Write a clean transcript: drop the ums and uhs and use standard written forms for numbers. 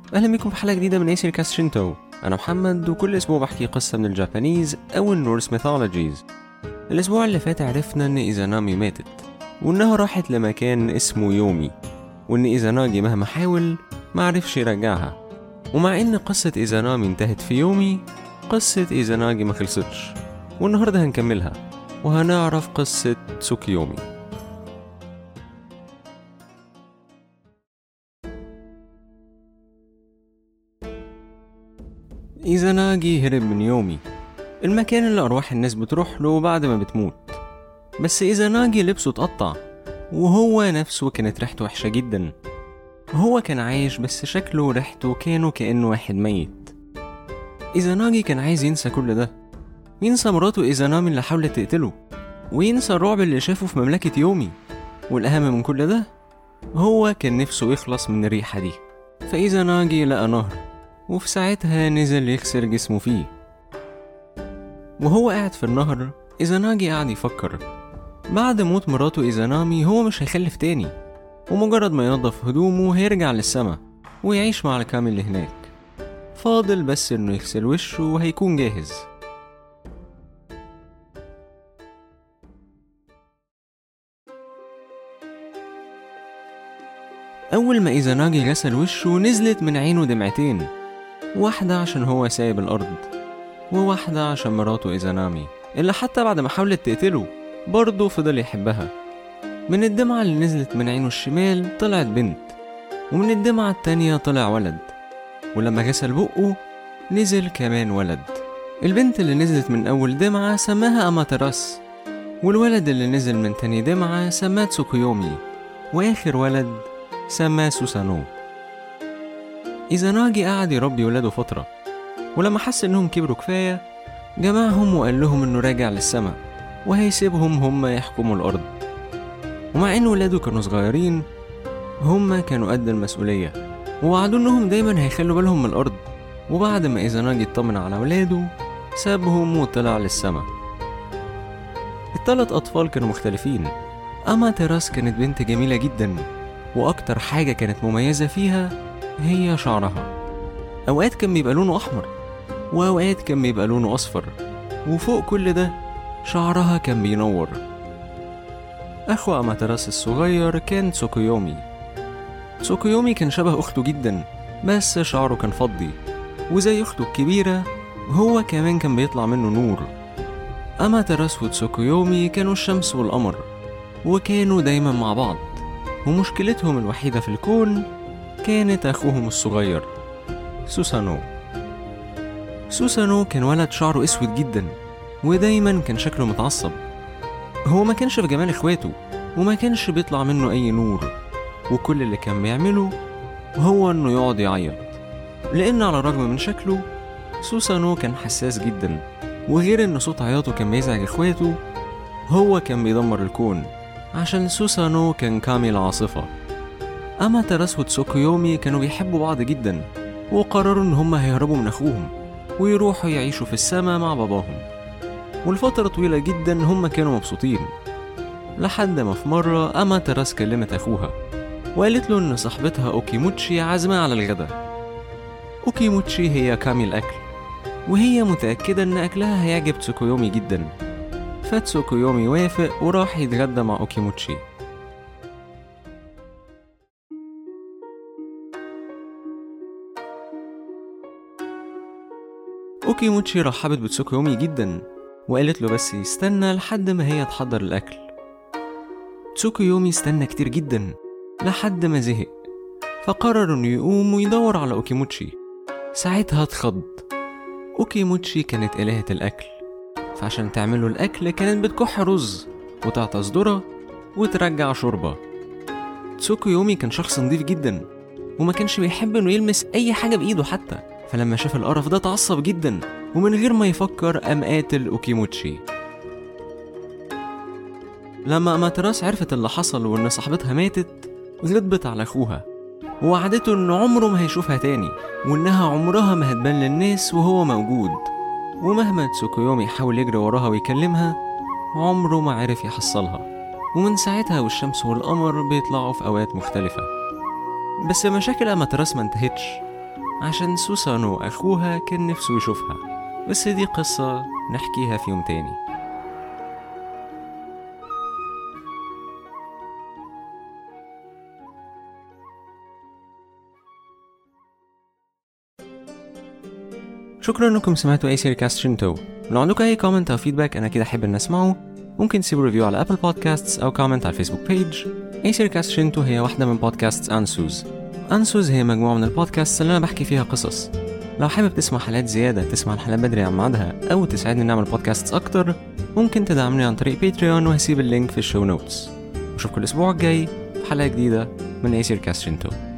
أهلا بكم في حلقة جديدة من ايسير كاست شينتو. أنا محمد وكل أسبوع بحكي قصة من الجابانيز أو النورس ميثولوجيز. الأسبوع اللي فات عرفنا إن إيزانامي ماتت وإنها راحت لمكان اسمه يومي، وإن إيزاناجي مهما حاول معرفش يرجعها. ومع إن قصة إيزانامي انتهت في يومي، قصة إيزاناجي ما خلصتش، والنهاردة هنكملها وهنعرف قصة تسوكيومي. إيزاناجي هرب من يومي، المكان اللي أرواح الناس بتروح له بعد ما بتموت. بس إيزاناجي لبسه اتقطع، وهو نفسه كانت ريحته وحشة جدا. هو كان عايش بس شكله وريحته كانوا كأنه واحد ميت. إيزاناجي كان عايز ينسى كل ده، ينسى مراته إيزانامي اللي حاولت تقتله، وينسى الرعب اللي شافه في مملكة يومي. والأهم من كل ده، هو كان نفسه يخلص من الريحة دي. فإيزاناجي لقى نهر، وفي ساعتها نزل يكسر جسمه فيه. وهو قاعد في النهر، إيزاناجي قاعد يفكر بعد موت مراته إيزانامي هو مش هيخلف تاني، ومجرد ما ينظف هدومه هيرجع للسما ويعيش مع الكامل اللي هناك. فاضل بس انه يغسل وشه وهيكون جاهز. أول ما إيزاناجي غسل وشه نزلت من عينه دمعتين، واحدة عشان هو سايب الأرض، وواحدة عشان مراته إيزانامي اللي حتى بعد ما حاولت تقتله برضه فضل يحبها. من الدمعة اللي نزلت من عينه الشمال طلعت بنت، ومن الدمعة التانية طلع ولد، ولما غسل بقه نزل كمان ولد. البنت اللي نزلت من أول دمعة سماها أماتراس، والولد اللي نزل من تاني دمعة سماه تسوكيومي، وآخر ولد سماه سوسانو. إيزاناجي قعد يربي ولاده فترة، ولما حس إنهم كبروا كفاية جمعهم وقال لهم إنه راجع للسما وهيسيبهم هم يحكموا الأرض. ومع إن ولاده كانوا صغيرين، هم كانوا قد المسؤولية، ووعدوا إنهم دايما هيخلوا بالهم من الأرض. وبعد ما إيزاناجي اطمن على ولاده سابهم وطلع للسما. الثلاث أطفال كانوا مختلفين. أماتراس كانت بنت جميلة جدا، وأكتر حاجة كانت مميزة فيها هي شعرها. أوقات كان بيبقى لونه أحمر، وأوقات كان بيبقى لونه أصفر، وفوق كل ده شعرها كان بينور. أخو أماتراس الصغير كان تسوكيومي. تسوكيومي كان شبه أخته جدا، بس شعره كان فضي، وزي أخته الكبيرة هو كمان كان بيطلع منه نور. أماتراس وتسوكيومي كانوا الشمس والقمر، وكانوا دايما مع بعض، ومشكلتهم الوحيدة في الكون كانت أخوهم الصغير سوسانو. سوسانو كان ولد شعره أسود جدا، ودايما كان شكله متعصب. هو ما كانش في جمال إخواته، وما كانش بيطلع منه أي نور، وكل اللي كان بيعمله هو إنه يقعد يعيط، لأن على الرغم من شكله سوسانو كان حساس جدا. وغير إن صوت عياطه كان بيزعج إخواته، هو كان بيدمر الكون، عشان سوسانو كان كامي العاصفة. أماتراس وتسوكيومي كانوا بيحبوا بعض جدا، وقرروا إن هم هيهربوا من أخوهم ويروحوا يعيشوا في السماء مع باباهم. والفترة طويلة جدا هم كانوا مبسوطين، لحد ما في مرة أماتراس كلمت أخوها وقالت له إن صاحبتها أوكيموتشي عازمة على الغدا. أوكيموتشي هي كامي الأكل، وهي متأكدة إن أكلها هيعجب تسوكيومي جدا. فتسوكيومي وافق وراح يتغدى مع أوكيموتشي. أوكيموتشي رحبت بتسوكيومي جدا، وقالت له بس يستنى لحد ما هي تحضر الأكل. تسوكيومي استنى كتير جدا لحد ما زهق، فقرر إنه يقوم ويدور على أوكيموتشي. ساعتها اتخض. أوكيموتشي كانت إلهة الأكل، فعشان تعمله الأكل كانت بتكح رز وتعطس ذرة وترجع شوربة. تسوكيومي كان شخص نظيف جدا، وما كانش بيحب إنه يلمس أي حاجة بإيده حتى، فلما شاف القرف ده تعصب جدا، ومن غير ما يفكر قام قاتل أوكيموتشي. لما أماتراس عرفت اللي حصل وإن صاحبتها ماتت، غضبت على أخوها ووعدته إنه عمره ما هيشوفها تاني، وإنها عمرها ما هتبان للناس وهو موجود. ومهما تسوكيومي حاول يجري وراها ويكلمها عمره ما عرف يحصلها. ومن ساعتها والشمس والقمر بيطلعوا في أوقات مختلفة. بس مشاكل أماتراس ما انتهتش، عشان سوسانو أخوها كان نفسه يشوفها، بس دي قصة نحكيها في يوم تاني. شكرا انكم سمعتوا اي سيركاست شنتو. لو عندكم اي كومنت او فيدباك انا كده احب ان اسمعه، ممكن تسيبوا ريفيو على ابل بودكاستس او كومنت على الفيسبوك بيج. اي سيركاست شنتو هي واحدة من بودكاست أنسوز هي مجموعة من البودكاست اللي انا بحكي فيها قصص. لو حابب تسمع حلقات زيادة، تسمع الحلقات بدري عن ميعادها، او تساعدني نعمل بودكاست اكتر، ممكن تدعمني عن طريق باتريون، وهسيب اللينك في الشو نوتس. واشوفكم الاسبوع الجاي في حلقة جديدة من اي سيركاست شنتو.